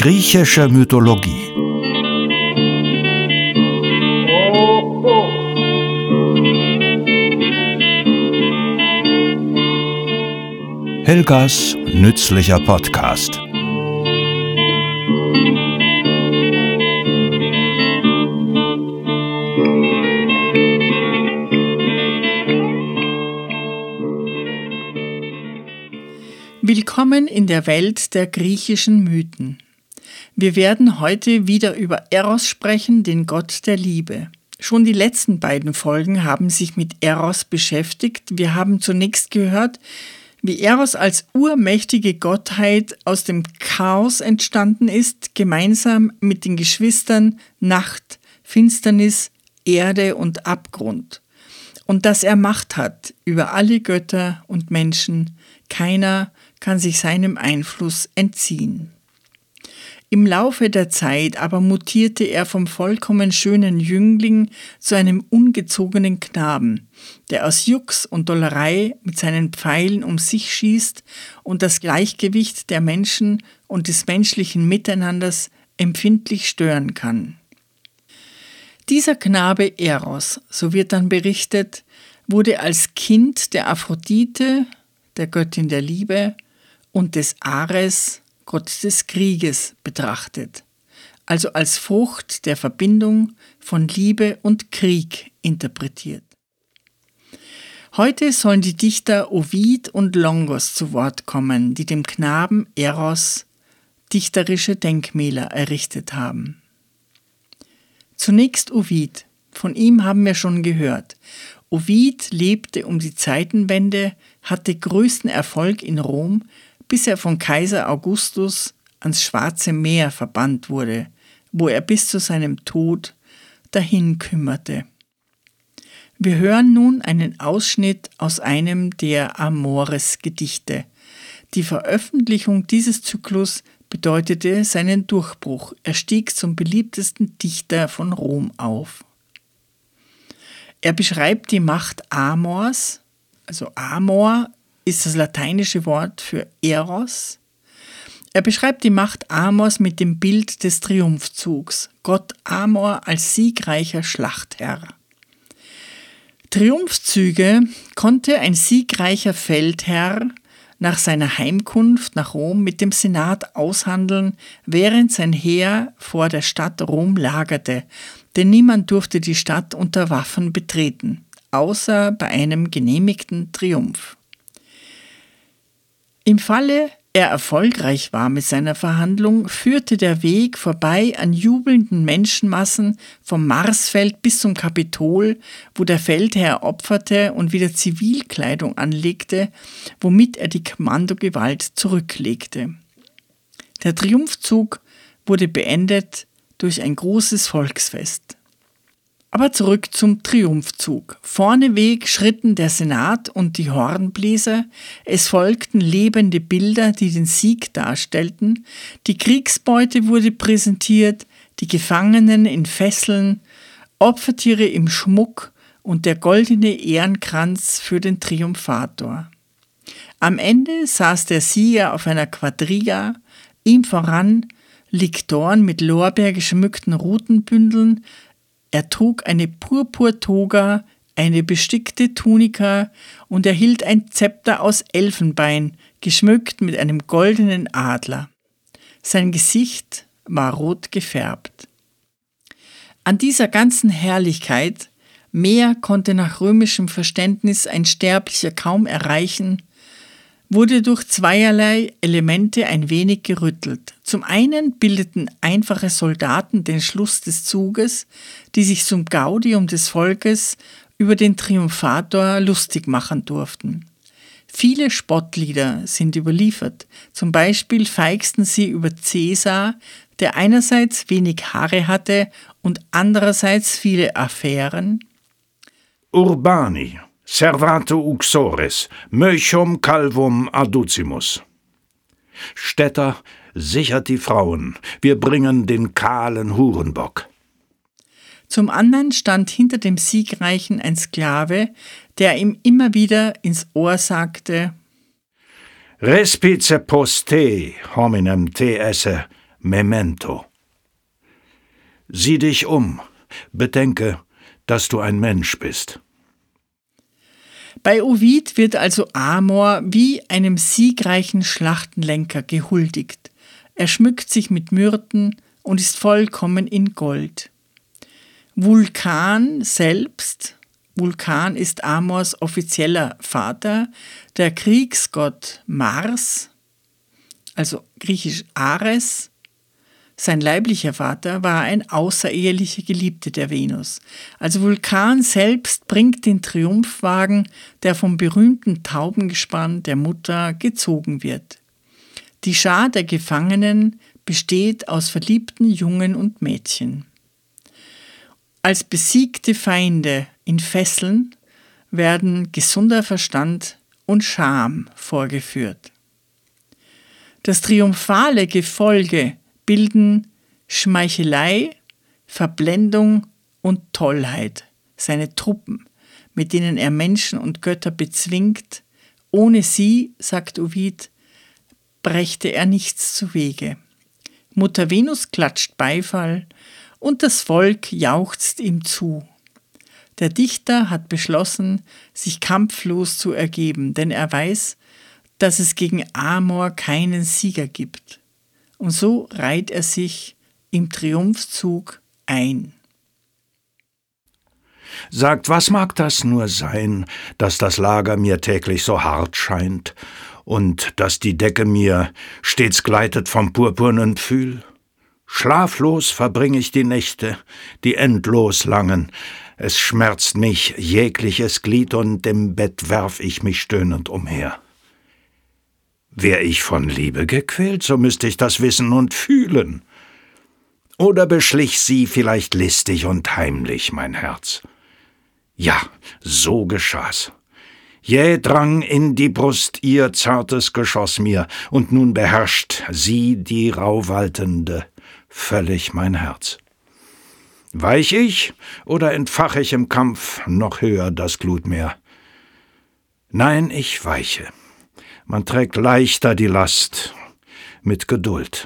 Griechische Mythologie. Helgas nützlicher Podcast. Willkommen in der Welt der griechischen Mythen. Wir werden heute wieder über Eros sprechen, den Gott der Liebe. Schon die letzten beiden Folgen haben sich mit Eros beschäftigt. Wir haben zunächst gehört, wie Eros als urmächtige Gottheit aus dem Chaos entstanden ist, gemeinsam mit den Geschwistern Nacht, Finsternis, Erde und Abgrund. Und dass er Macht hat über alle Götter und Menschen. Keiner kann sich seinem Einfluss entziehen. Im Laufe der Zeit aber mutierte er vom vollkommen schönen Jüngling zu einem ungezogenen Knaben, der aus Jux und Dollerei mit seinen Pfeilen um sich schießt und das Gleichgewicht der Menschen und des menschlichen Miteinanders empfindlich stören kann. Dieser Knabe Eros, so wird dann berichtet, wurde als Kind der Aphrodite, der Göttin der Liebe, und des Ares, Gott des Krieges, betrachtet, also als Frucht der Verbindung von Liebe und Krieg interpretiert. Heute sollen die Dichter Ovid und Longos zu Wort kommen, die dem Knaben Eros dichterische Denkmäler errichtet haben. Zunächst Ovid, von ihm haben wir schon gehört. Ovid lebte um die Zeitenwende, hatte größten Erfolg in Rom, bis er von Kaiser Augustus ans Schwarze Meer verbannt wurde, wo er bis zu seinem Tod dahin kümmerte. Wir hören nun einen Ausschnitt aus einem der Amores-Gedichte. Die Veröffentlichung dieses Zyklus bedeutete seinen Durchbruch. Er stieg zum beliebtesten Dichter von Rom auf. Er beschreibt die Macht Amors, also Amor ist das lateinische Wort für Eros. Er beschreibt die Macht Amors mit dem Bild des Triumphzugs, Gott Amor als siegreicher Schlachtherr. Triumphzüge konnte ein siegreicher Feldherr nach seiner Heimkunft nach Rom mit dem Senat aushandeln, während sein Heer vor der Stadt Rom lagerte, denn niemand durfte die Stadt unter Waffen betreten, außer bei einem genehmigten Triumph. Im Falle er erfolgreich war mit seiner Verhandlung, führte der Weg vorbei an jubelnden Menschenmassen vom Marsfeld bis zum Kapitol, wo der Feldherr opferte und wieder Zivilkleidung anlegte, womit er die Kommandogewalt zurücklegte. Der Triumphzug wurde beendet durch ein großes Volksfest. Aber zurück zum Triumphzug. Vorneweg schritten der Senat und die Hornbläser, es folgten lebende Bilder, die den Sieg darstellten, die Kriegsbeute wurde präsentiert, die Gefangenen in Fesseln, Opfertiere im Schmuck und der goldene Ehrenkranz für den Triumphator. Am Ende saß der Sieger auf einer Quadriga, ihm voran Liktoren mit Lorbeer geschmückten Rutenbündeln. Er trug eine Purpurtoga, eine bestickte Tunika und er hielt ein Zepter aus Elfenbein, geschmückt mit einem goldenen Adler. Sein Gesicht war rot gefärbt. An dieser ganzen Herrlichkeit, mehr konnte nach römischem Verständnis ein Sterblicher kaum erreichen, wurde durch zweierlei Elemente ein wenig gerüttelt. Zum einen bildeten einfache Soldaten den Schluss des Zuges, die sich zum Gaudium des Volkes über den Triumphator lustig machen durften. Viele Spottlieder sind überliefert. Zum Beispiel feixten sie über Caesar, der einerseits wenig Haare hatte und andererseits viele Affären. Urbani, servate uxores, möchum calvum aducimus. Städter, sichert die Frauen, wir bringen den kahlen Hurenbock. Zum anderen stand hinter dem Siegreichen ein Sklave, der ihm immer wieder ins Ohr sagte: Respice post te, hominem te esse, Memento. Sieh dich um, bedenke, dass du ein Mensch bist. Bei Ovid wird also Amor wie einem siegreichen Schlachtenlenker gehuldigt. Er schmückt sich mit Myrten und ist vollkommen in Gold. Vulkan selbst, Vulkan ist Amors offizieller Vater, der Kriegsgott Mars, also griechisch Ares. Sein leiblicher Vater war ein außerehelicher Geliebter der Venus. Also Vulkan selbst bringt den Triumphwagen, der vom berühmten Taubengespann der Mutter gezogen wird. Die Schar der Gefangenen besteht aus verliebten Jungen und Mädchen. Als besiegte Feinde in Fesseln werden gesunder Verstand und Scham vorgeführt. Das triumphale Gefolge bilden Schmeichelei, Verblendung und Tollheit, seine Truppen, mit denen er Menschen und Götter bezwingt. Ohne sie, sagt Ovid, brächte er nichts zuwege. Mutter Venus klatscht Beifall und das Volk jauchzt ihm zu. Der Dichter hat beschlossen, sich kampflos zu ergeben, denn er weiß, dass es gegen Amor keinen Sieger gibt. Und so reiht er sich im Triumphzug ein. Sagt, was mag das nur sein, dass das Lager mir täglich so hart scheint und dass die Decke mir stets gleitet vom purpurnen Pfühl? Schlaflos verbring ich die Nächte, die endlos langen. Es schmerzt mich jegliches Glied und im Bett werf ich mich stöhnend umher. Wär ich von Liebe gequält, so müsste ich das wissen und fühlen. Oder beschlich sie vielleicht listig und heimlich mein Herz? Ja, so geschah's. Jäh drang in die Brust ihr zartes Geschoss mir, und nun beherrscht sie, die rauwaltende, völlig mein Herz. Weich ich oder entfach ich im Kampf noch höher das Glutmeer? Nein, ich weiche. Man trägt leichter die Last mit Geduld.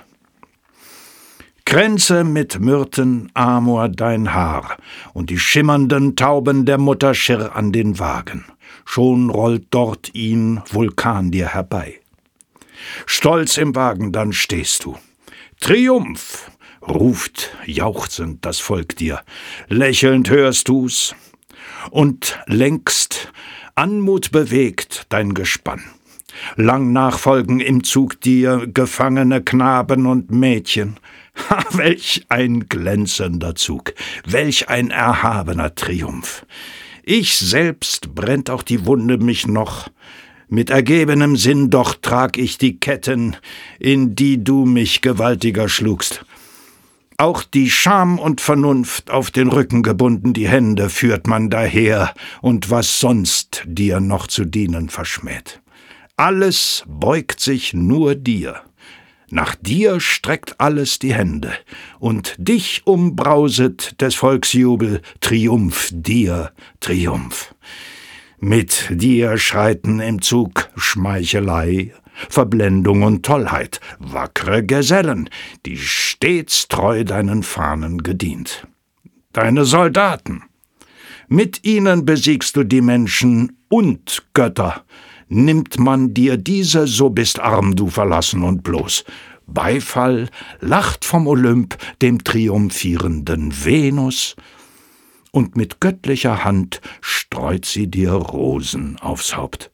Kränze mit Myrten, Amor dein Haar und die schimmernden Tauben der Mutter schirr an den Wagen. Schon rollt dort ihn Vulkan dir herbei. Stolz im Wagen dann stehst du. Triumph! Ruft jauchzend das Volk dir, lächelnd hörst du's und längst Anmut bewegt dein Gespann. Lang nachfolgen im Zug dir gefangene Knaben und Mädchen. Ha, welch ein glänzender Zug, welch ein erhabener Triumph. Ich selbst brennt auch die Wunde mich noch, mit ergebenem Sinn doch trag ich die Ketten, in die du mich gewaltiger schlugst. Auch die Scham und Vernunft auf den Rücken gebunden, die Hände führt man daher, und was sonst dir noch zu dienen verschmäht. Alles beugt sich nur dir. Nach dir streckt alles die Hände, und dich umbrauset des Volks Jubel, Triumph dir, Triumph. Mit dir schreiten im Zug Schmeichelei, Verblendung und Tollheit, wackre Gesellen, die stets treu deinen Fahnen gedient. Deine Soldaten, mit ihnen besiegst du die Menschen und Götter. Nimmt man dir diese, so bist arm du verlassen und bloß. Beifall lacht vom Olymp dem triumphierenden Venus, und mit göttlicher Hand streut sie dir Rosen aufs Haupt.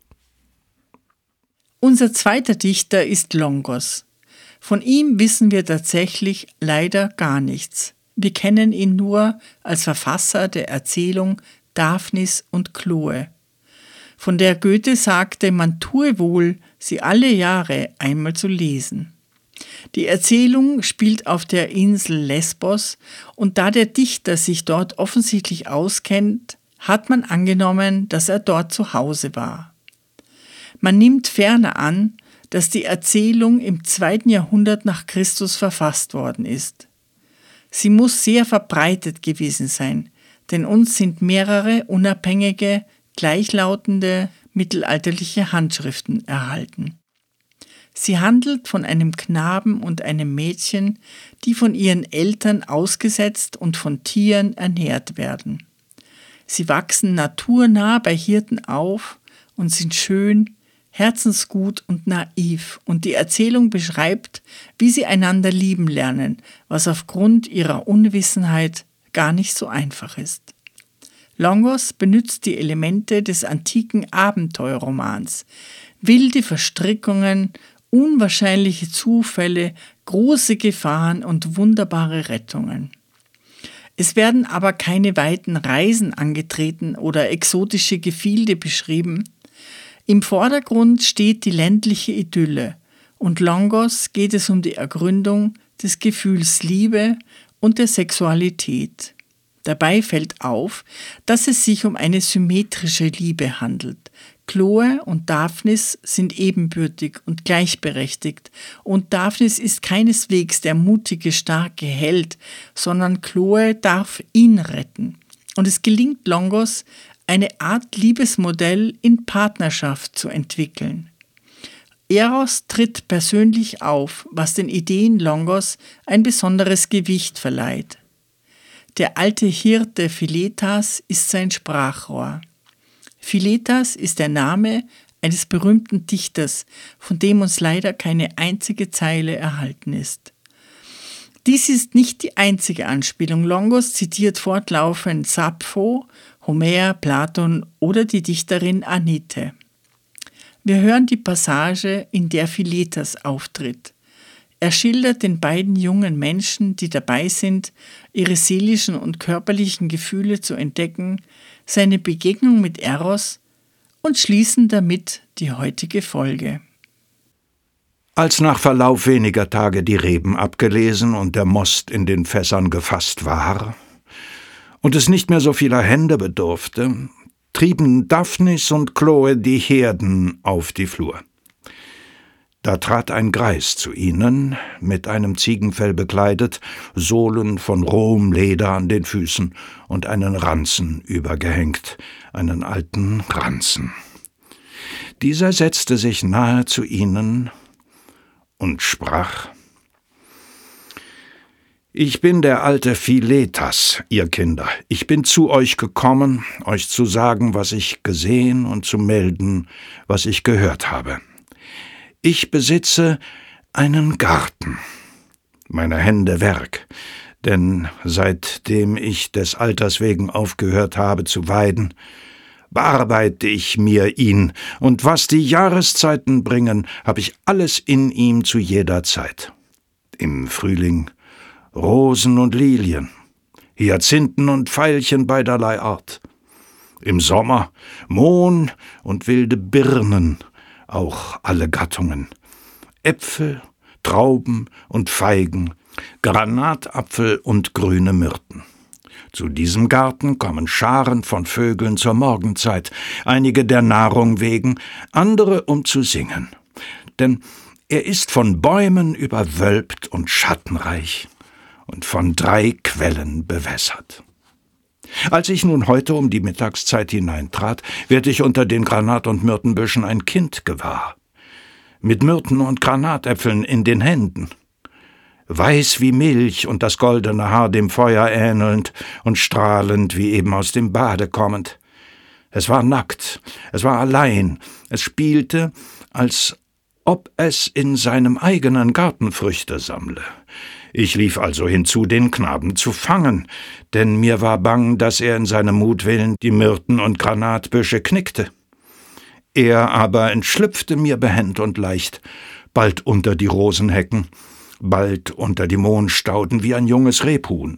Unser zweiter Dichter ist Longos. Von ihm wissen wir tatsächlich leider gar nichts. Wir kennen ihn nur als Verfasser der Erzählung Daphnis und Chloe, von der Goethe sagte, man tue wohl, sie alle Jahre einmal zu lesen. Die Erzählung spielt auf der Insel Lesbos, und da der Dichter sich dort offensichtlich auskennt, hat man angenommen, dass er dort zu Hause war. Man nimmt ferner an, dass die Erzählung im 2. Jahrhundert nach Christus verfasst worden ist. Sie muss sehr verbreitet gewesen sein, denn uns sind mehrere unabhängige, gleichlautende mittelalterliche Handschriften erhalten. Sie handelt von einem Knaben und einem Mädchen, die von ihren Eltern ausgesetzt und von Tieren ernährt werden. Sie wachsen naturnah bei Hirten auf und sind schön, herzensgut und naiv, und die Erzählung beschreibt, wie sie einander lieben lernen, was aufgrund ihrer Unwissenheit gar nicht so einfach ist. Longos benutzt die Elemente des antiken Abenteuerromans, wilde Verstrickungen, unwahrscheinliche Zufälle, große Gefahren und wunderbare Rettungen. Es werden aber keine weiten Reisen angetreten oder exotische Gefilde beschrieben. Im Vordergrund steht die ländliche Idylle, und Longos geht es um die Ergründung des Gefühls Liebe und der Sexualität. Dabei fällt auf, dass es sich um eine symmetrische Liebe handelt. Chloe und Daphnis sind ebenbürtig und gleichberechtigt, und Daphnis ist keineswegs der mutige, starke Held, sondern Chloe darf ihn retten. Und es gelingt Longos, eine Art Liebesmodell in Partnerschaft zu entwickeln. Eros tritt persönlich auf, was den Ideen Longos ein besonderes Gewicht verleiht. Der alte Hirte Philetas ist sein Sprachrohr. Philetas ist der Name eines berühmten Dichters, von dem uns leider keine einzige Zeile erhalten ist. Dies ist nicht die einzige Anspielung. Longos zitiert fortlaufend Sappho, Homer, Platon oder die Dichterin Anite. Wir hören die Passage, in der Philetas auftritt. Er schildert den beiden jungen Menschen, die dabei sind, ihre seelischen und körperlichen Gefühle zu entdecken, seine Begegnung mit Eros und schließen damit die heutige Folge. Als nach Verlauf weniger Tage die Reben abgelesen und der Most in den Fässern gefasst war und es nicht mehr so vieler Hände bedurfte, trieben Daphnis und Chloe die Herden auf die Flur. Da trat ein Greis zu ihnen, mit einem Ziegenfell bekleidet, Sohlen von rohem Leder an den Füßen und einen Ranzen übergehängt, einen alten Ranzen. Dieser setzte sich nahe zu ihnen und sprach: »Ich bin der alte Philetas, ihr Kinder. Ich bin zu euch gekommen, euch zu sagen, was ich gesehen, und zu melden, was ich gehört habe. Ich besitze einen Garten, meiner Hände Werk, denn seitdem ich des Alters wegen aufgehört habe zu weiden, bearbeite ich mir ihn, und was die Jahreszeiten bringen, habe ich alles in ihm zu jeder Zeit. Im Frühling Rosen und Lilien, Hyazinthen und Veilchen beiderlei Art. Im Sommer Mohn und wilde Birnen, auch alle Gattungen, Äpfel, Trauben und Feigen, Granatapfel und grüne Myrten. Zu diesem Garten kommen Scharen von Vögeln zur Morgenzeit, einige der Nahrung wegen, andere um zu singen. Denn er ist von Bäumen überwölbt und schattenreich und von 3 Quellen bewässert. Als ich nun heute um die Mittagszeit hineintrat, werd ich unter den Granat- und Myrtenbüschen ein Kind gewahr, mit Myrten und Granatäpfeln in den Händen, weiß wie Milch und das goldene Haar dem Feuer ähnelnd und strahlend wie eben aus dem Bade kommend. Es war nackt, es war allein, es spielte, als ob es in seinem eigenen Garten Früchte sammle. Ich lief also hinzu, den Knaben zu fangen, denn mir war bang, dass er in seinem Mutwillen die Myrten- und Granatbüsche knickte. Er aber entschlüpfte mir behend und leicht, bald unter die Rosenhecken, bald unter die Mohnstauden wie ein junges Rebhuhn.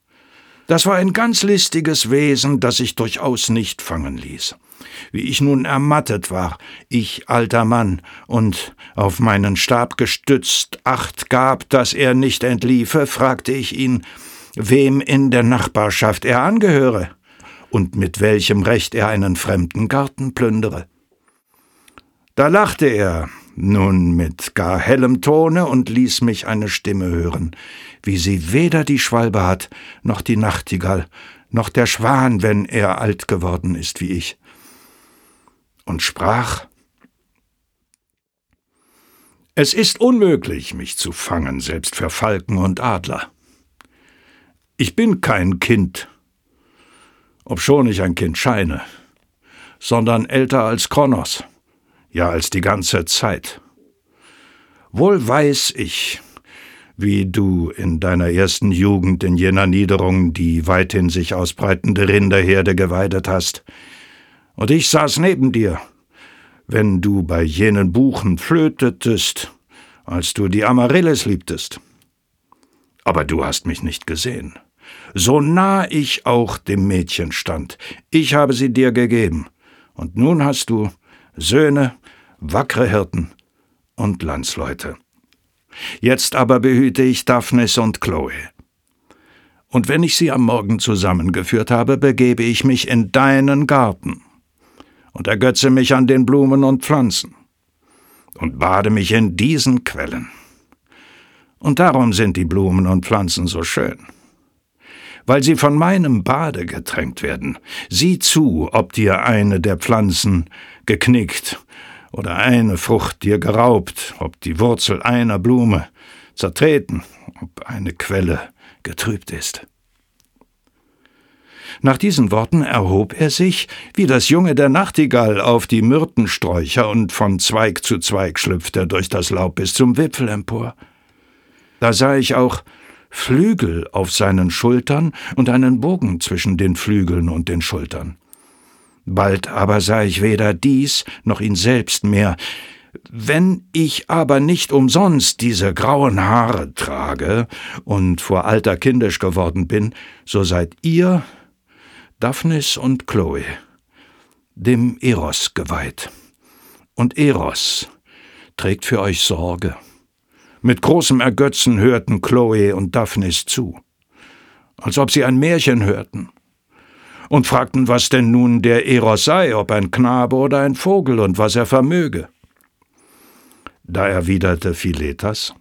Das war ein ganz listiges Wesen, das sich durchaus nicht fangen ließ. Wie ich nun ermattet war, ich alter Mann, und auf meinen Stab gestützt Acht gab, dass er nicht entliefe, fragte ich ihn, wem in der Nachbarschaft er angehöre und mit welchem Recht er einen fremden Garten plündere. Da lachte er, nun mit gar hellem Tone, und ließ mich eine Stimme hören, wie sie weder die Schwalbe hat, noch die Nachtigall, noch der Schwan, wenn er alt geworden ist wie ich, und sprach: Es ist unmöglich, mich zu fangen, selbst für Falken und Adler. Ich bin kein Kind, obschon ich ein Kind scheine, sondern älter als Kronos, ja als die ganze Zeit. Wohl weiß ich, wie du in deiner ersten Jugend in jener Niederung die weithin sich ausbreitende Rinderherde geweidet hast, und ich saß neben dir, wenn du bei jenen Buchen flötetest, als du die Amaryllis liebtest. Aber du hast mich nicht gesehen. So nah ich auch dem Mädchen stand, ich habe sie dir gegeben, und nun hast du Söhne, wackere Hirten und Landsleute. Jetzt aber behüte ich Daphnis und Chloe. Und wenn ich sie am Morgen zusammengeführt habe, begebe ich mich in deinen Garten und ergötze mich an den Blumen und Pflanzen und bade mich in diesen Quellen. Und darum sind die Blumen und Pflanzen so schön, weil sie von meinem Bade getränkt werden. Sieh zu, ob dir eine der Pflanzen geknickt oder eine Frucht dir geraubt, ob die Wurzel einer Blume zertreten, ob eine Quelle getrübt ist. Nach diesen Worten erhob er sich, wie das Junge der Nachtigall auf die Myrtensträucher, und von Zweig zu Zweig schlüpfte er durch das Laub bis zum Wipfel empor. Da sah ich auch Flügel auf seinen Schultern und einen Bogen zwischen den Flügeln und den Schultern. Bald aber sah ich weder dies noch ihn selbst mehr. Wenn ich aber nicht umsonst diese grauen Haare trage und vor Alter kindisch geworden bin, so seid ihr, Daphnis und Chloe, dem Eros geweiht. Und Eros trägt für euch Sorge. Mit großem Ergötzen hörten Chloe und Daphnis zu, als ob sie ein Märchen hörten, und fragten, was denn nun der Eros sei, ob ein Knabe oder ein Vogel, und was er vermöge. Da erwiderte Philetas: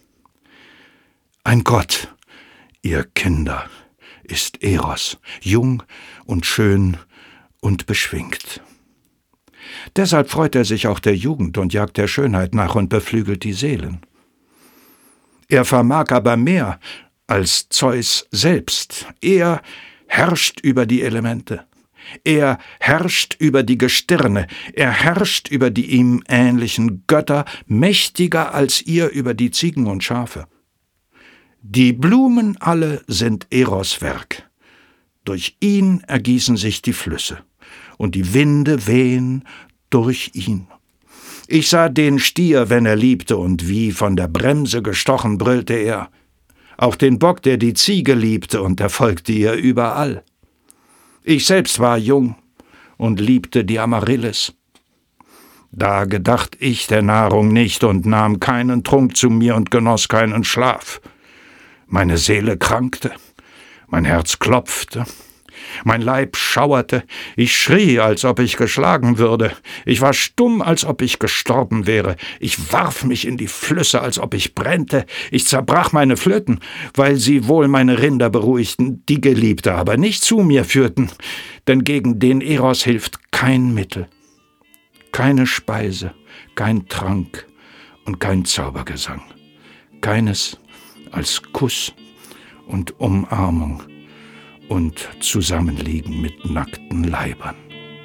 Ein Gott, ihr Kinder, ist Eros, jung und schön und beschwingt. Deshalb freut er sich auch der Jugend und jagt der Schönheit nach und beflügelt die Seelen. Er vermag aber mehr als Zeus selbst. Er herrscht über die Elemente. Er herrscht über die Gestirne. Er herrscht über die ihm ähnlichen Götter, mächtiger als ihr über die Ziegen und Schafe. Die Blumen alle sind Eros Werk. Durch ihn ergießen sich die Flüsse, und die Winde wehen durch ihn. Ich sah den Stier, wenn er liebte, und wie von der Bremse gestochen brüllte er. Auch den Bock, der die Ziege liebte, und er folgte ihr überall. Ich selbst war jung und liebte die Amaryllis. Da gedacht ich der Nahrung nicht und nahm keinen Trunk zu mir und genoss keinen Schlaf. Meine Seele krankte, mein Herz klopfte, mein Leib schauerte, ich schrie, als ob ich geschlagen würde, ich war stumm, als ob ich gestorben wäre, ich warf mich in die Flüsse, als ob ich brennte, ich zerbrach meine Flöten, weil sie wohl meine Rinder beruhigten, die Geliebte aber nicht zu mir führten, denn gegen den Eros hilft kein Mittel, keine Speise, kein Trank und kein Zaubergesang, keines als Kuss und Umarmung und Zusammenliegen mit nackten Leibern.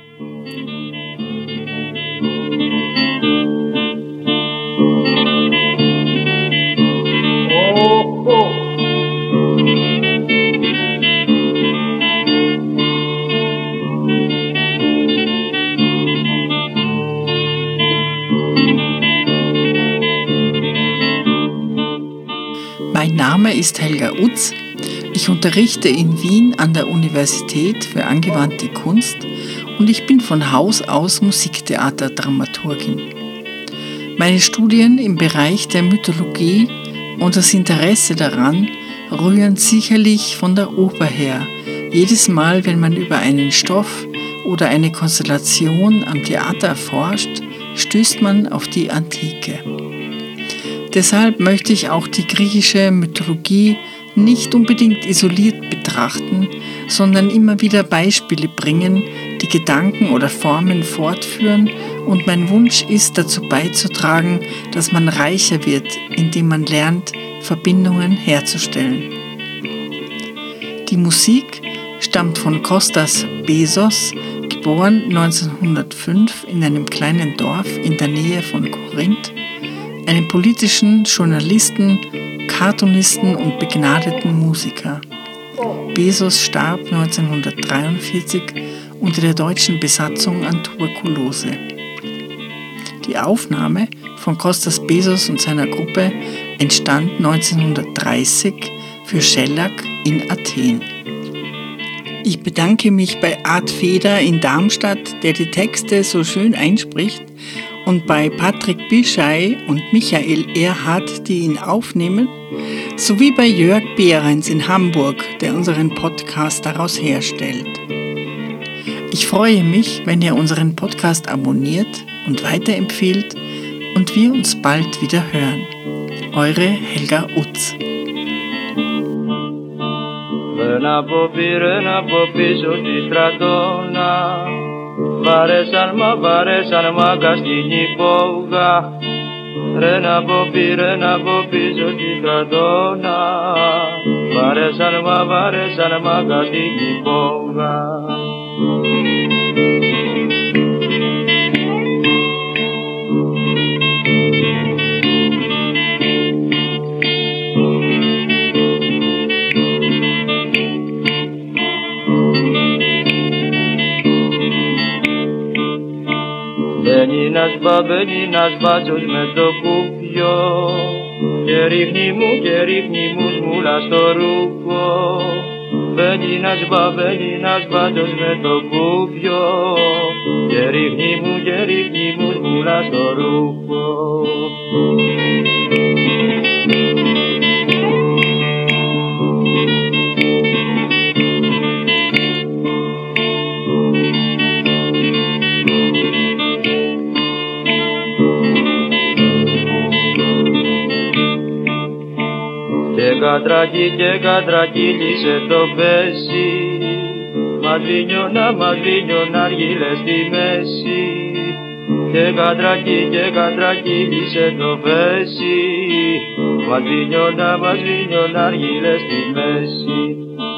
Mein Name ist Helga Utz. Ich unterrichte in Wien an der Universität für angewandte Kunst und ich bin von Haus aus Musiktheaterdramaturgin. Meine Studien im Bereich der Mythologie und das Interesse daran rühren sicherlich von der Oper her. Jedes Mal, wenn man über einen Stoff oder eine Konstellation am Theater erforscht, stößt man auf die Antike. Deshalb möchte ich auch die griechische Mythologie nicht unbedingt isoliert betrachten, sondern immer wieder Beispiele bringen, die Gedanken oder Formen fortführen und mein Wunsch ist, dazu beizutragen, dass man reicher wird, indem man lernt, Verbindungen herzustellen. Die Musik stammt von Kostas Bezos, geboren 1905 in einem kleinen Dorf in der Nähe von Korinth, einem politischen Journalisten, Cartoonisten und begnadeten Musiker. Bezos starb 1943 unter der deutschen Besatzung an Tuberkulose. Die Aufnahme von Kostas Bezos und seiner Gruppe entstand 1930 für Shellac in Athen. Ich bedanke mich bei Art Feder in Darmstadt, der die Texte so schön einspricht, und bei Patrick Bischei und Michael Erhardt, die ihn aufnehmen, sowie bei Jörg Behrens in Hamburg, der unseren Podcast daraus herstellt. Ich freue mich, wenn ihr unseren Podcast abonniert und weiterempfehlt und wir uns bald wieder hören. Eure Helga Utz. Rena popi di stradona, varezan ma castini boga. Rena popi di stradona, varezan ma castini boga. Μπενίνας μπάτσος με το κουπιό και ρίχνει μου σμούλα στο ρούχο. Μπενίνας μπάτσος με το κουπιό και ρίχνει μου σμούλα στο ρούχο. Και κατρακύλισε το πέσι, μαδρίνιον αργύλες στη μέση. Και κατρακύλισε το πέσι, μαδρίνιον αργύλες στη μέση.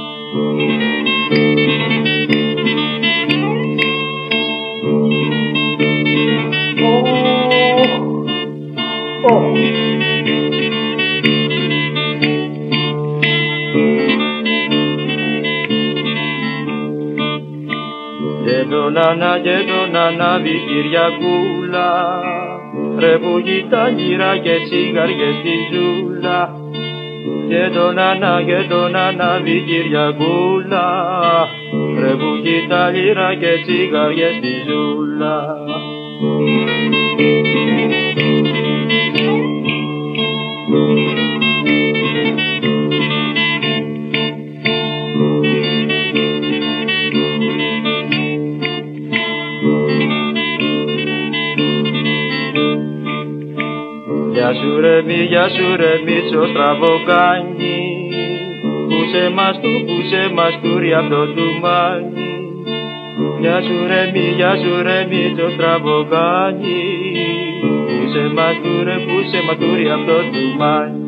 Και τον ανάβει Κυριακούλα, ρε που γητά γύρα και τσιγαριές στη ζούλα. Και τον ανάβει Κυριακούλα, ρε που γητά γύρα και τσιγαριές στη ζούλα. Γεια σου ρε Μίτσο στραβοκάνι, πούσε μαστούρι απ' το τουμάνι. Γεια σου ρε Μίτσο στραβοκάνι, πούσε μαστούρι απ' το τουμάνι.